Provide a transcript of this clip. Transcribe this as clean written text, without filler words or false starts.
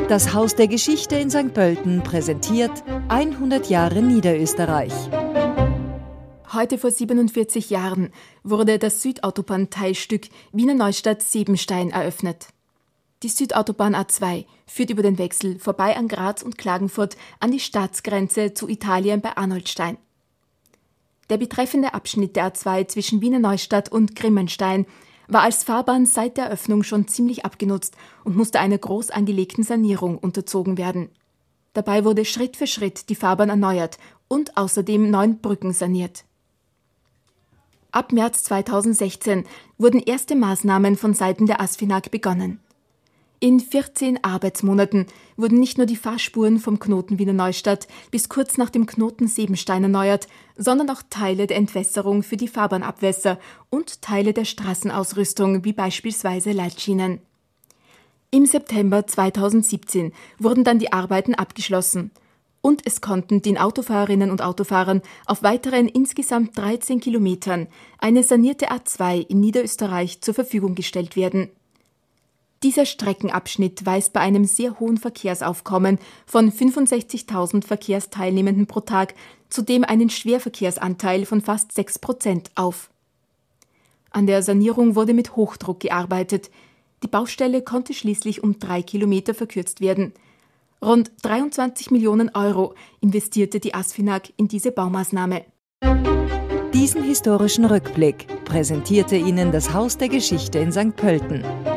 Das Haus der Geschichte in St. Pölten präsentiert 100 Jahre Niederösterreich. Heute vor 47 Jahren wurde das Südautobahn-Teilstück Wiener Neustadt-Siebenstein eröffnet. Die Südautobahn A2 führt über den Wechsel vorbei an Graz und Klagenfurt an die Staatsgrenze zu Italien bei Arnoldstein. Der betreffende Abschnitt der A2 zwischen Wiener Neustadt und Grimmenstein war als Fahrbahn seit der Eröffnung schon ziemlich abgenutzt und musste einer groß angelegten Sanierung unterzogen werden. Dabei wurde Schritt für Schritt die Fahrbahn erneuert und außerdem 9 Brücken saniert. Ab März 2016 wurden erste Maßnahmen von Seiten der ASFINAG begonnen. In 14 Arbeitsmonaten wurden nicht nur die Fahrspuren vom Knoten Wiener Neustadt bis kurz nach dem Knoten Siebenstein erneuert, sondern auch Teile der Entwässerung für die Fahrbahnabwässer und Teile der Straßenausrüstung wie beispielsweise Leitschienen. Im September 2017 wurden dann die Arbeiten abgeschlossen und es konnten den Autofahrerinnen und Autofahrern auf weiteren insgesamt 13 Kilometern eine sanierte A2 in Niederösterreich zur Verfügung gestellt werden. Dieser Streckenabschnitt weist bei einem sehr hohen Verkehrsaufkommen von 65.000 Verkehrsteilnehmenden pro Tag zudem einen Schwerverkehrsanteil von fast 6% auf. An der Sanierung wurde mit Hochdruck gearbeitet. Die Baustelle konnte schließlich um 3 Kilometer verkürzt werden. Rund 23 Millionen Euro investierte die ASFINAG in diese Baumaßnahme. Diesen historischen Rückblick präsentierte Ihnen das Haus der Geschichte in St. Pölten.